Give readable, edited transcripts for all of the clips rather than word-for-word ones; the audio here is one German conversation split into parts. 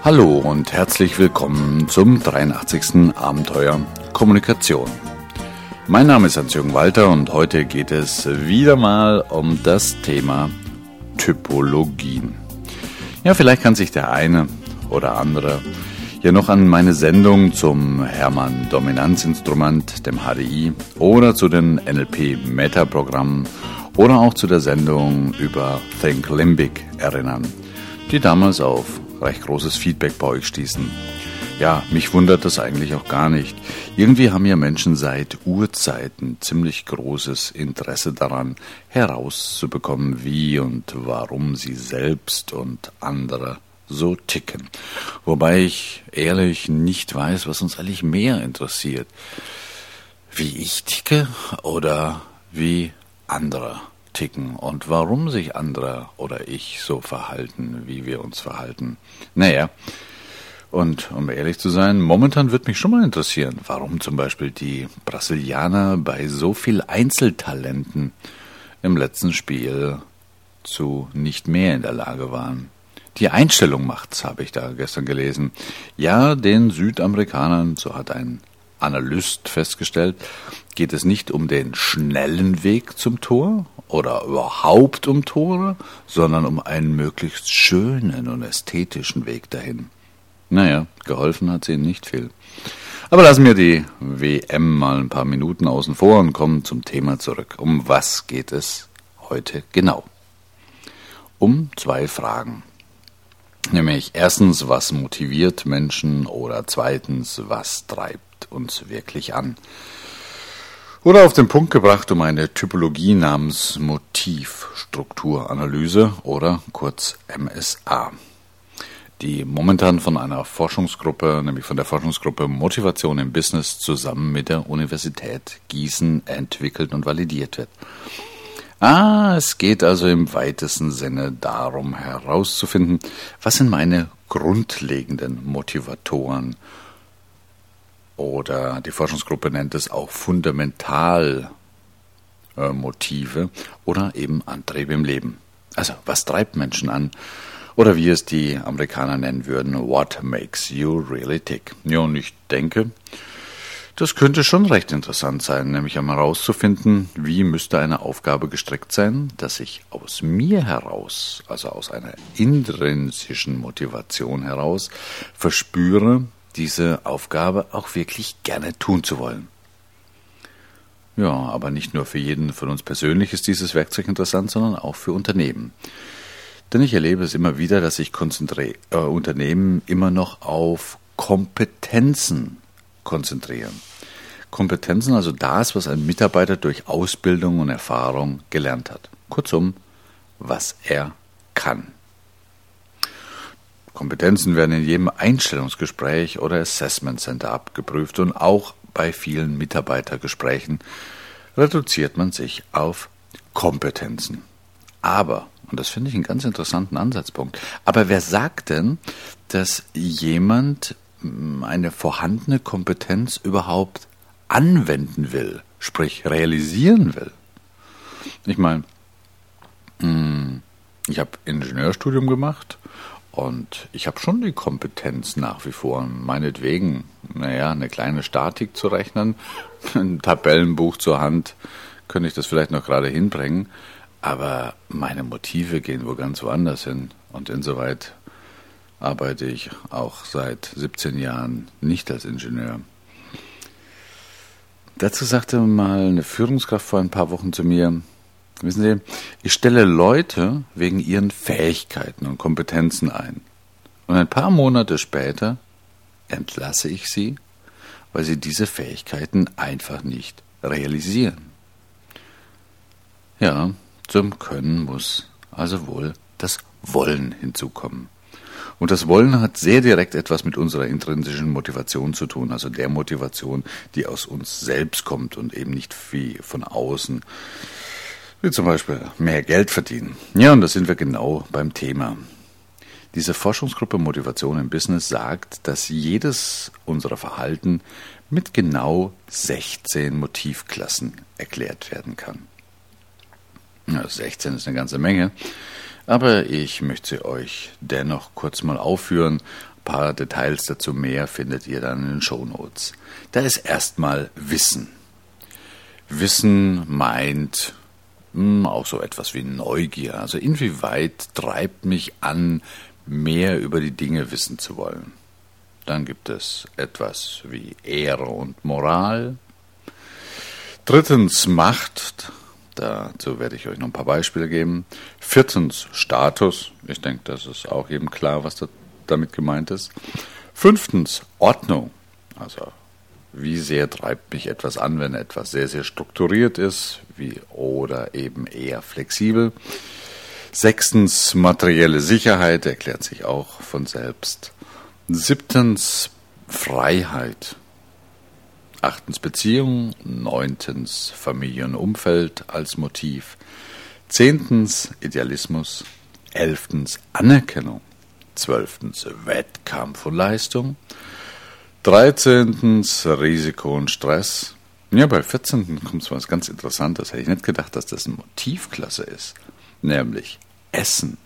Hallo und herzlich willkommen zum 83. Abenteuer Kommunikation. Mein Name ist Hans-Jürgen Walter und heute geht es wieder mal um das Thema Typologien. Ja, vielleicht kann sich der eine oder andere ja noch an meine Sendung zum Hermann-Dominanzinstrument, dem HDI, oder zu den NLP-Meta-Programmen oder auch zu der Sendung über Think Limbic erinnern, die damals auf recht großes Feedback bei euch stießen. Ja, mich wundert das eigentlich auch gar nicht. Irgendwie haben ja Menschen seit Urzeiten ziemlich großes Interesse daran, herauszubekommen, wie und warum sie selbst und andere so ticken. Wobei ich ehrlich nicht weiß, was uns eigentlich mehr interessiert. Wie ich ticke oder wie andere ticken und warum sich andere oder ich so verhalten, wie wir uns verhalten. Naja, und um ehrlich zu sein, momentan wird mich schon mal interessieren, warum zum Beispiel die Brasilianer bei so viel Einzeltalenten im letzten Spiel zu nicht mehr in der Lage waren. Die Einstellung macht's, habe ich da gestern gelesen. Ja, den Südamerikanern, so hat ein Analyst festgestellt, geht es nicht um den schnellen Weg zum Tor oder überhaupt um Tore, sondern um einen möglichst schönen und ästhetischen Weg dahin. Naja, geholfen hat sie ihnen nicht viel. Aber lassen wir die WM mal ein paar Minuten außen vor und kommen zum Thema zurück. Um was geht es heute genau? Um zwei Fragen. Nämlich erstens, was motiviert Menschen, oder zweitens, was treibt uns wirklich an? Oder auf den Punkt gebracht um eine Typologie namens Motivstrukturanalyse oder kurz MSA, die momentan von einer Forschungsgruppe, nämlich von der Forschungsgruppe Motivation im Business zusammen mit der Universität Gießen entwickelt und validiert wird. Es geht also im weitesten Sinne darum herauszufinden, was sind meine grundlegenden Motivatoren, oder die Forschungsgruppe nennt es auch Fundamentalmotive oder eben Antriebe im Leben. Also, was treibt Menschen an? Oder wie es die Amerikaner nennen würden, what makes you really tick? Ja, und ich denke, das könnte schon recht interessant sein, nämlich einmal herauszufinden, wie müsste eine Aufgabe gestrickt sein, dass ich aus mir heraus, also aus einer intrinsischen Motivation heraus, verspüre, diese Aufgabe auch wirklich gerne tun zu wollen. Ja, aber nicht nur für jeden von uns persönlich ist dieses Werkzeug interessant, sondern auch für Unternehmen. Denn ich erlebe es immer wieder, dass sich Unternehmen immer noch auf Kompetenzen konzentrieren. Kompetenzen, also das, was ein Mitarbeiter durch Ausbildung und Erfahrung gelernt hat. Kurzum, was er kann. Kompetenzen werden in jedem Einstellungsgespräch oder Assessment Center abgeprüft und auch bei vielen Mitarbeitergesprächen reduziert man sich auf Kompetenzen. Aber, und das finde ich einen ganz interessanten Ansatzpunkt, aber wer sagt denn, dass jemand eine vorhandene Kompetenz überhaupt anwenden will, sprich realisieren will? Ich meine, ich habe Ingenieurstudium gemacht und ich habe schon die Kompetenz nach wie vor, meinetwegen, eine kleine Statik zu rechnen, ein Tabellenbuch zur Hand, könnte ich das vielleicht noch gerade hinbringen, aber meine Motive gehen wo ganz woanders hin und insoweit arbeite ich auch seit 17 Jahren nicht als Ingenieur. Dazu sagte mal eine Führungskraft vor ein paar Wochen zu mir, wissen Sie, ich stelle Leute wegen ihren Fähigkeiten und Kompetenzen ein. Und ein paar Monate später entlasse ich sie, weil sie diese Fähigkeiten einfach nicht realisieren. Ja, zum Können muss also wohl das Wollen hinzukommen. Und das Wollen hat sehr direkt etwas mit unserer intrinsischen Motivation zu tun, also der Motivation, die aus uns selbst kommt und eben nicht wie von außen, wie zum Beispiel mehr Geld verdienen. Ja, und da sind wir genau beim Thema. Diese Forschungsgruppe Motivation im Business sagt, dass jedes unserer Verhalten mit genau 16 Motivklassen erklärt werden kann. Ja, 16 ist eine ganze Menge, aber ich möchte sie euch dennoch kurz mal aufführen, paar Details dazu mehr findet ihr dann in den Shownotes. Da ist erstmal Wissen. Wissen meint auch so etwas wie Neugier. Also inwieweit treibt mich an, mehr über die Dinge wissen zu wollen. Dann gibt es etwas wie Ehre und Moral. Drittens Macht. Dazu werde ich euch noch ein paar Beispiele geben. Viertens Status. Ich denke, das ist auch jedem klar, was damit gemeint ist. Fünftens Ordnung. Also wie sehr treibt mich etwas an, wenn etwas sehr, sehr strukturiert ist oder eben eher flexibel. Sechstens materielle Sicherheit, erklärt sich auch von selbst. Siebtens Freiheit. Achtens Beziehung. Neuntens Familie und Umfeld als Motiv. Zehntens Idealismus. Elftens Anerkennung. Zwölftens Wettkampf und Leistung. 13. Risiko und Stress. Ja, bei 14. kommt so was ganz Interessantes. Hätte ich nicht gedacht, dass das eine Motivklasse ist. Nämlich Essen.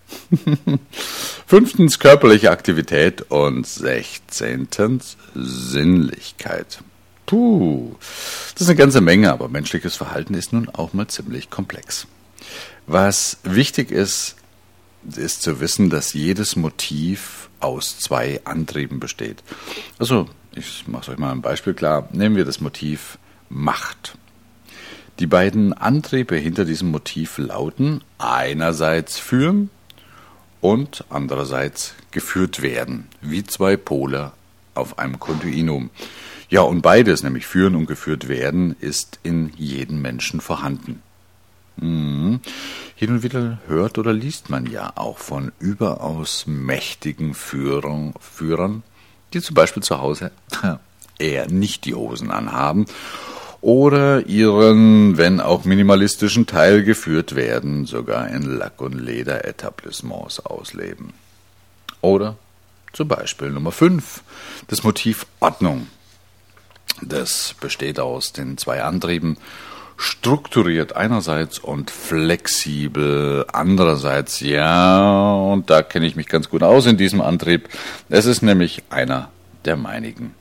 15. Körperliche Aktivität und 16. Sinnlichkeit. Puh, das ist eine ganze Menge, aber menschliches Verhalten ist nun auch mal ziemlich komplex. Was wichtig ist zu wissen, dass jedes Motiv aus zwei Antrieben besteht. Also, ich mache euch mal ein Beispiel klar. Nehmen wir das Motiv Macht. Die beiden Antriebe hinter diesem Motiv lauten einerseits führen und andererseits geführt werden, wie zwei Pole auf einem Kontinuum. Ja, und beides, nämlich führen und geführt werden, ist in jedem Menschen vorhanden. Hin und wieder hört oder liest man ja auch von überaus mächtigen Führern, die zum Beispiel zu Hause eher nicht die Hosen anhaben oder ihren, wenn auch minimalistischen Teil geführt werden, sogar in Lack- und Leder-Etablissements ausleben. Oder zum Beispiel Nummer 5, das Motiv Ordnung. Das besteht aus den zwei Antrieben, strukturiert einerseits und flexibel andererseits. Ja, und da kenne ich mich ganz gut aus in diesem Antrieb. Es ist nämlich einer der meinigen.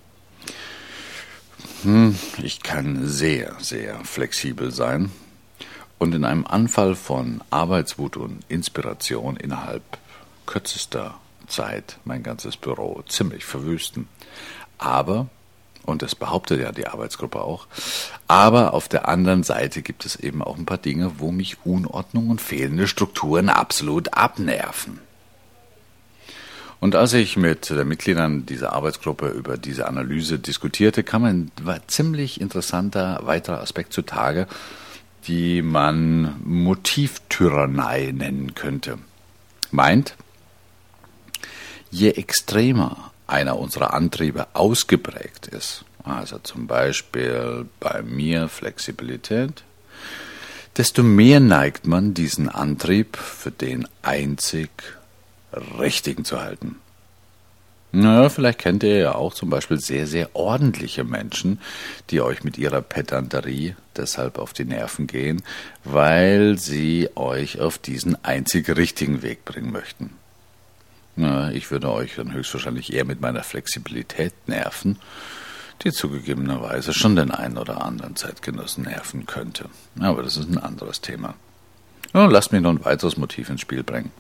Ich kann sehr, sehr flexibel sein und in einem Anfall von Arbeitswut und Inspiration innerhalb kürzester Zeit mein ganzes Büro ziemlich verwüsten. Aber, und das behauptet ja die Arbeitsgruppe auch, aber auf der anderen Seite gibt es eben auch ein paar Dinge, wo mich Unordnung und fehlende Strukturen absolut abnerven. Und als ich mit den Mitgliedern dieser Arbeitsgruppe über diese Analyse diskutierte, kam ein ziemlich interessanter weiterer Aspekt zutage, die man Motivtyrannei nennen könnte. Meint, je extremer einer unserer Antriebe ausgeprägt ist, also zum Beispiel bei mir Flexibilität, desto mehr neigt man diesen Antrieb für den einzig Richtigen zu halten. Na, vielleicht kennt ihr ja auch zum Beispiel sehr, sehr ordentliche Menschen, die euch mit ihrer Pedanterie deshalb auf die Nerven gehen, weil sie euch auf diesen einzig richtigen Weg bringen möchten. Na, ich würde euch dann höchstwahrscheinlich eher mit meiner Flexibilität nerven, die zugegebenerweise schon den einen oder anderen Zeitgenossen nerven könnte. Aber das ist ein anderes Thema. Na, lasst mich noch ein weiteres Motiv ins Spiel bringen.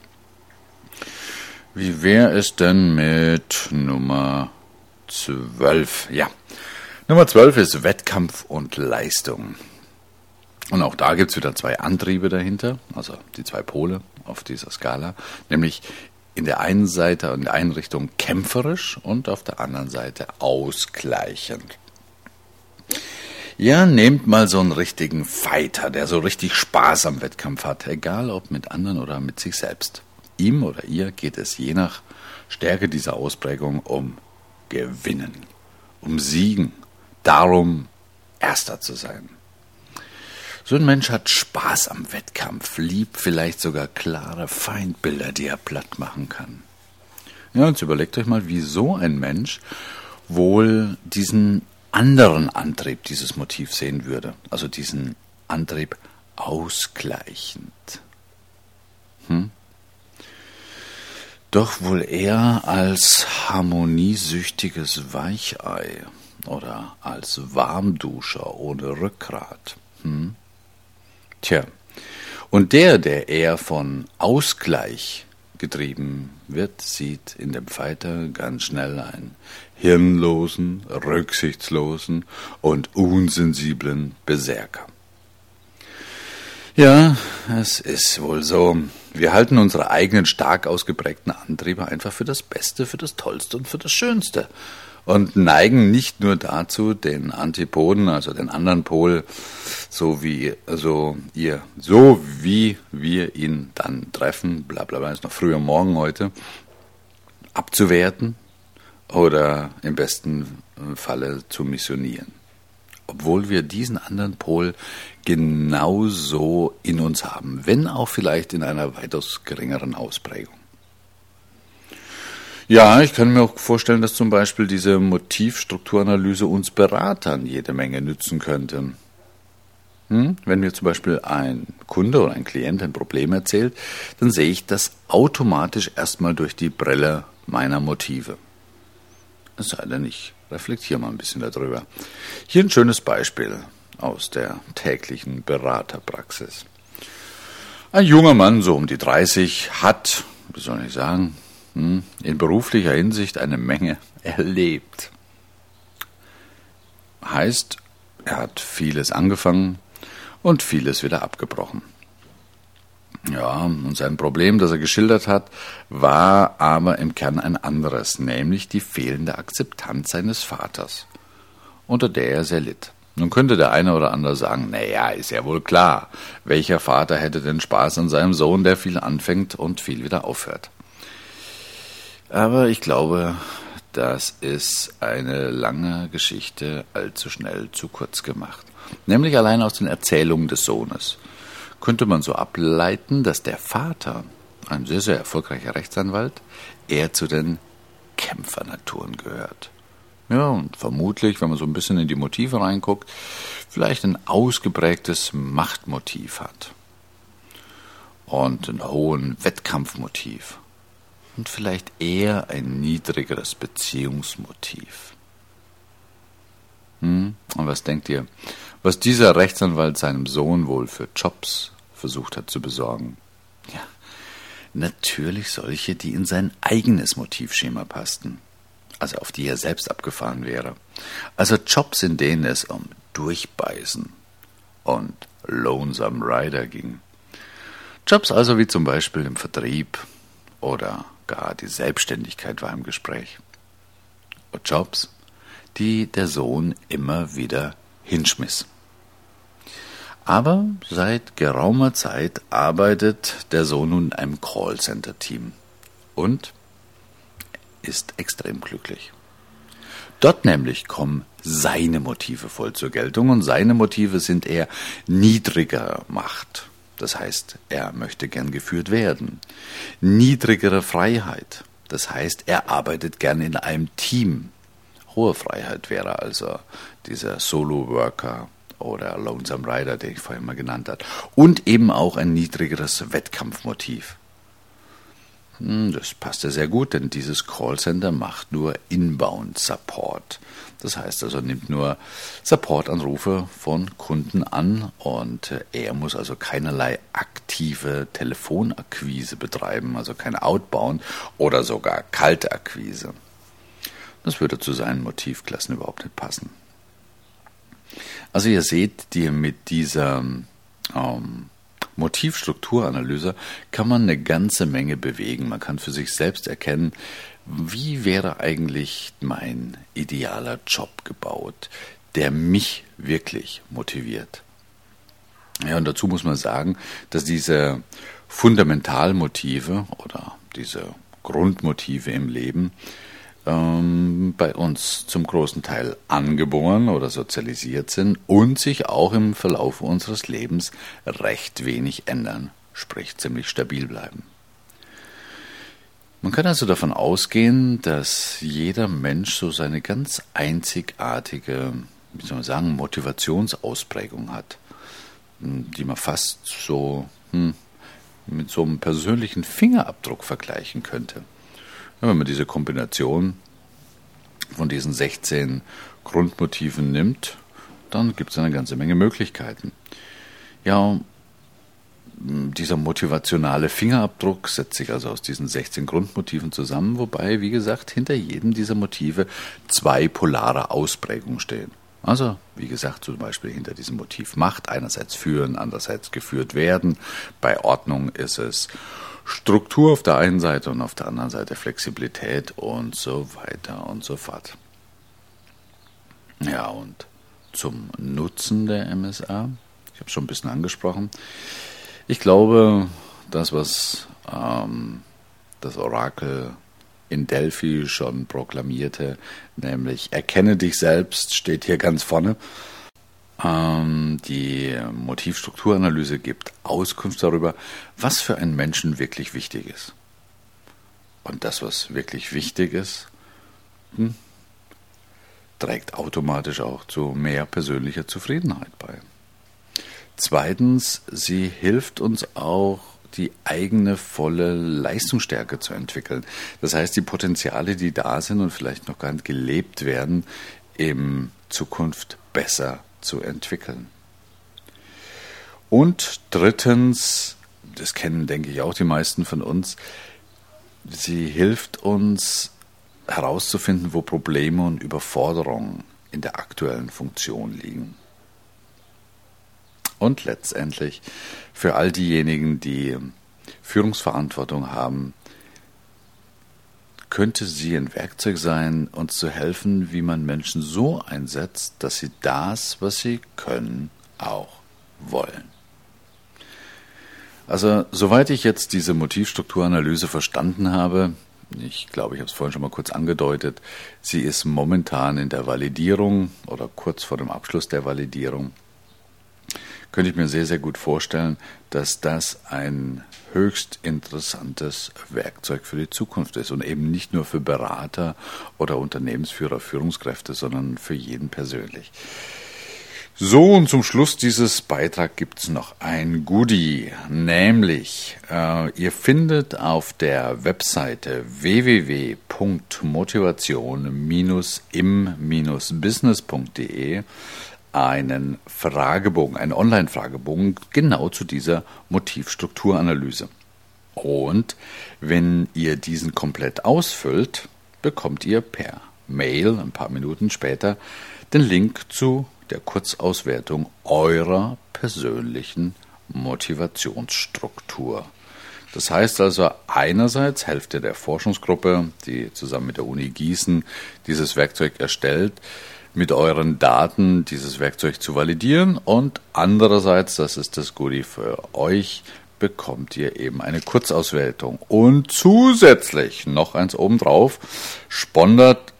Wie wäre es denn mit Nummer 12? Ja, Nummer 12 ist Wettkampf und Leistung. Und auch da gibt es wieder zwei Antriebe dahinter, also die zwei Pole auf dieser Skala, nämlich in der einen Seite, in der einen Richtung kämpferisch und auf der anderen Seite ausgleichend. Ja, nehmt mal so einen richtigen Fighter, der so richtig Spaß am Wettkampf hat, egal ob mit anderen oder mit sich selbst. Ihm oder ihr geht es je nach Stärke dieser Ausprägung um Gewinnen, um Siegen, darum, Erster zu sein. So ein Mensch hat Spaß am Wettkampf, liebt vielleicht sogar klare Feindbilder, die er platt machen kann. Ja, jetzt überlegt euch mal, wie so ein Mensch wohl diesen anderen Antrieb, dieses Motiv sehen würde. Also diesen Antrieb ausgleichend. doch wohl eher als harmoniesüchtiges Weichei oder als Warmduscher ohne Rückgrat. Tja, und der eher von Ausgleich getrieben wird, sieht in dem Fighter ganz schnell einen hirnlosen, rücksichtslosen und unsensiblen Berserker. Ja, es ist wohl so. Wir halten unsere eigenen stark ausgeprägten Antriebe einfach für das Beste, für das Tollste und für das Schönste und neigen nicht nur dazu, den Antipoden, also den anderen Pol, so wie wir ihn dann treffen, bla bla bla, ist noch früh am Morgen heute, abzuwerten oder im besten Falle zu missionieren. Obwohl wir diesen anderen Pol genauso in uns haben, wenn auch vielleicht in einer weitaus geringeren Ausprägung. Ja, ich kann mir auch vorstellen, dass zum Beispiel diese Motivstrukturanalyse uns Beratern jede Menge nützen könnte. Wenn mir zum Beispiel ein Kunde oder ein Klient ein Problem erzählt, dann sehe ich das automatisch erstmal durch die Brille meiner Motive. Es sei denn, ich reflektiere mal ein bisschen darüber. Hier ein schönes Beispiel aus der täglichen Beraterpraxis. Ein junger Mann, so um die 30, hat, wie soll ich sagen, in beruflicher Hinsicht eine Menge erlebt. Heißt, er hat vieles angefangen und vieles wieder abgebrochen. Ja, und sein Problem, das er geschildert hat, war aber im Kern ein anderes, nämlich die fehlende Akzeptanz seines Vaters, unter der er sehr litt. Nun könnte der eine oder andere sagen, naja, ist ja wohl klar, welcher Vater hätte denn Spaß an seinem Sohn, der viel anfängt und viel wieder aufhört. Aber ich glaube, das ist eine lange Geschichte allzu schnell zu kurz gemacht. Nämlich allein aus den Erzählungen des Sohnes könnte man so ableiten, dass der Vater, ein sehr, sehr erfolgreicher Rechtsanwalt, eher zu den Kämpfernaturen gehört. Ja, und vermutlich, wenn man so ein bisschen in die Motive reinguckt, vielleicht ein ausgeprägtes Machtmotiv hat. Und einen hohen Wettkampfmotiv. Und vielleicht eher ein niedrigeres Beziehungsmotiv. Und was denkt ihr, was dieser Rechtsanwalt seinem Sohn wohl für Jobs versucht hat zu besorgen? Ja, natürlich solche, die in sein eigenes Motivschema passten, also auf die er selbst abgefahren wäre. Also Jobs, in denen es um Durchbeißen und Lonesome Rider ging. Jobs also wie zum Beispiel im Vertrieb oder gar die Selbstständigkeit war im Gespräch. Und Jobs, die der Sohn immer wieder hinschmiss. Aber seit geraumer Zeit arbeitet der Sohn nun in einem Callcenter-Team und ist extrem glücklich. Dort nämlich kommen seine Motive voll zur Geltung und seine Motive sind eher niedriger Macht. Das heißt, er möchte gern geführt werden. Niedrigere Freiheit. Das heißt, er arbeitet gern in einem Team. Hohe Freiheit wäre also dieser Solo-Worker oder Lonesome Rider, den ich vorhin mal genannt habe. Und eben auch ein niedrigeres Wettkampfmotiv. Das passt ja sehr gut, denn dieses Callcenter macht nur Inbound-Support. Das heißt also, nimmt nur Supportanrufe von Kunden an und er muss also keinerlei aktive Telefonakquise betreiben, also keine Outbound oder sogar kalte Akquise. Das würde zu seinen Motivklassen überhaupt nicht passen. Also ihr seht, mit dieser Motivstrukturanalyse kann man eine ganze Menge bewegen. Man kann für sich selbst erkennen, wie wäre eigentlich mein idealer Job gebaut, der mich wirklich motiviert. Ja, und dazu muss man sagen, dass diese Fundamentalmotive oder diese Grundmotive im Leben bei uns zum großen Teil angeboren oder sozialisiert sind und sich auch im Verlauf unseres Lebens recht wenig ändern, sprich ziemlich stabil bleiben. Man kann also davon ausgehen, dass jeder Mensch so seine ganz einzigartige, wie soll man sagen, Motivationsausprägung hat, die man fast so mit so einem persönlichen Fingerabdruck vergleichen könnte. Ja, wenn man diese Kombination von diesen 16 Grundmotiven nimmt, dann gibt es eine ganze Menge Möglichkeiten. Ja, dieser motivationale Fingerabdruck setzt sich also aus diesen 16 Grundmotiven zusammen, wobei, wie gesagt, hinter jedem dieser Motive 2 polare Ausprägungen stehen. Also, wie gesagt, zum Beispiel hinter diesem Motiv Macht, einerseits führen, andererseits geführt werden. Bei Ordnung ist es Struktur auf der einen Seite und auf der anderen Seite Flexibilität und so weiter und so fort. Ja, und zum Nutzen der MSA, ich habe es schon ein bisschen angesprochen. Ich glaube, das, was das Orakel in Delphi schon proklamierte, nämlich erkenne dich selbst, steht hier ganz vorne. Die Motivstrukturanalyse gibt Auskunft darüber, was für einen Menschen wirklich wichtig ist. Und das, was wirklich wichtig ist, trägt automatisch auch zu mehr persönlicher Zufriedenheit bei. Zweitens, sie hilft uns auch, die eigene volle Leistungsstärke zu entwickeln. Das heißt, die Potenziale, die da sind und vielleicht noch gar nicht gelebt werden, in Zukunft besser zu entwickeln. Und drittens, das kennen, denke ich, auch die meisten von uns, sie hilft uns herauszufinden, wo Probleme und Überforderungen in der aktuellen Funktion liegen. Und letztendlich für all diejenigen, die Führungsverantwortung haben, könnte sie ein Werkzeug sein, uns zu helfen, wie man Menschen so einsetzt, dass sie das, was sie können, auch wollen. Also, soweit ich jetzt diese Motivstrukturanalyse verstanden habe, ich glaube, ich habe es vorhin schon mal kurz angedeutet, sie ist momentan in der Validierung oder kurz vor dem Abschluss der Validierung, könnte ich mir sehr, sehr gut vorstellen, dass das ein höchst interessantes Werkzeug für die Zukunft ist und eben nicht nur für Berater oder Unternehmensführer, Führungskräfte, sondern für jeden persönlich. So, und zum Schluss dieses Beitrags gibt es noch ein Goodie, nämlich ihr findet auf der Webseite www.motivation-im-business.de einen Fragebogen, einen Online-Fragebogen genau zu dieser Motivstrukturanalyse. Und wenn ihr diesen komplett ausfüllt, bekommt ihr per Mail ein paar Minuten später den Link zu der Kurzauswertung eurer persönlichen Motivationsstruktur. Das heißt also, einerseits helft ihr der Forschungsgruppe, die zusammen mit der Uni Gießen dieses Werkzeug erstellt, mit euren Daten dieses Werkzeug zu validieren, und andererseits, das ist das Goodie für euch, bekommt ihr eben eine Kurzauswertung und zusätzlich noch eins obendrauf, sponsert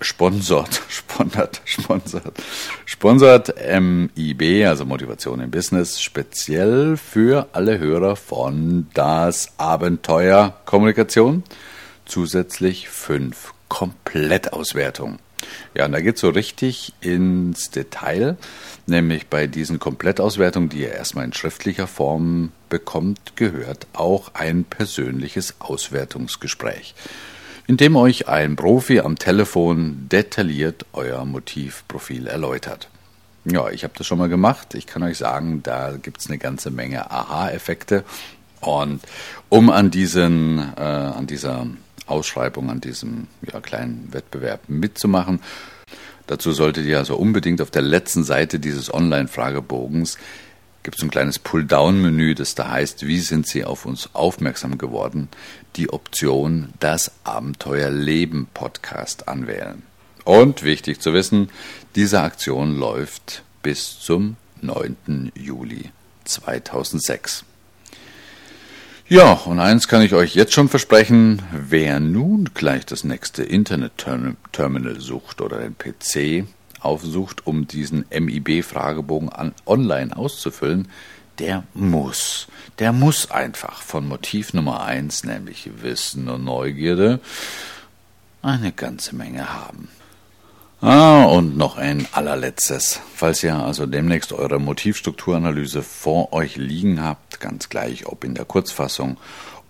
MIB, also Motivation im Business, speziell für alle Hörer von Das Abenteuer Kommunikation, zusätzlich 5 Komplettauswertungen. Ja, und da geht es so richtig ins Detail, nämlich bei diesen Komplettauswertungen, die ihr erstmal in schriftlicher Form bekommt, gehört auch ein persönliches Auswertungsgespräch, in dem euch ein Profi am Telefon detailliert euer Motivprofil erläutert. Ja, ich habe das schon mal gemacht. Ich kann euch sagen, da gibt es eine ganze Menge Aha-Effekte. Und um an dieser Ausschreibung, an diesem kleinen Wettbewerb mitzumachen. Dazu solltet ihr also unbedingt auf der letzten Seite dieses Online-Fragebogens, gibt es ein kleines Pull-Down-Menü, das da heißt, wie sind Sie auf uns aufmerksam geworden, die Option Das Abenteuerleben Podcast anwählen. Und wichtig zu wissen, diese Aktion läuft bis zum 9. Juli 2006. Ja, und eins kann ich euch jetzt schon versprechen, wer nun gleich das nächste Internet-Terminal sucht oder den PC aufsucht, um diesen MIB-Fragebogen online auszufüllen, der muss einfach von Motiv Nummer 1, nämlich Wissen und Neugierde, eine ganze Menge haben. Und noch ein allerletztes. Falls ihr also demnächst eure Motivstrukturanalyse vor euch liegen habt, ganz gleich ob in der Kurzfassung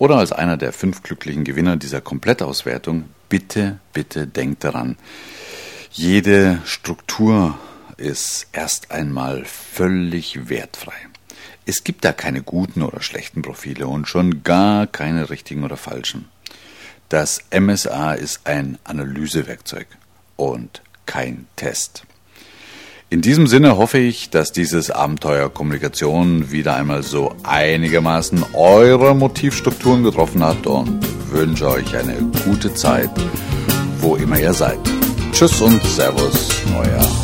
oder als einer der 5 glücklichen Gewinner dieser Komplettauswertung, bitte, bitte denkt daran, jede Struktur ist erst einmal völlig wertfrei. Es gibt da keine guten oder schlechten Profile und schon gar keine richtigen oder falschen. Das MSA ist ein Analysewerkzeug und kein Test. In diesem Sinne hoffe ich, dass dieses Abenteuer Kommunikation wieder einmal so einigermaßen eure Motivstrukturen getroffen hat und wünsche euch eine gute Zeit, wo immer ihr seid. Tschüss und Servus, euer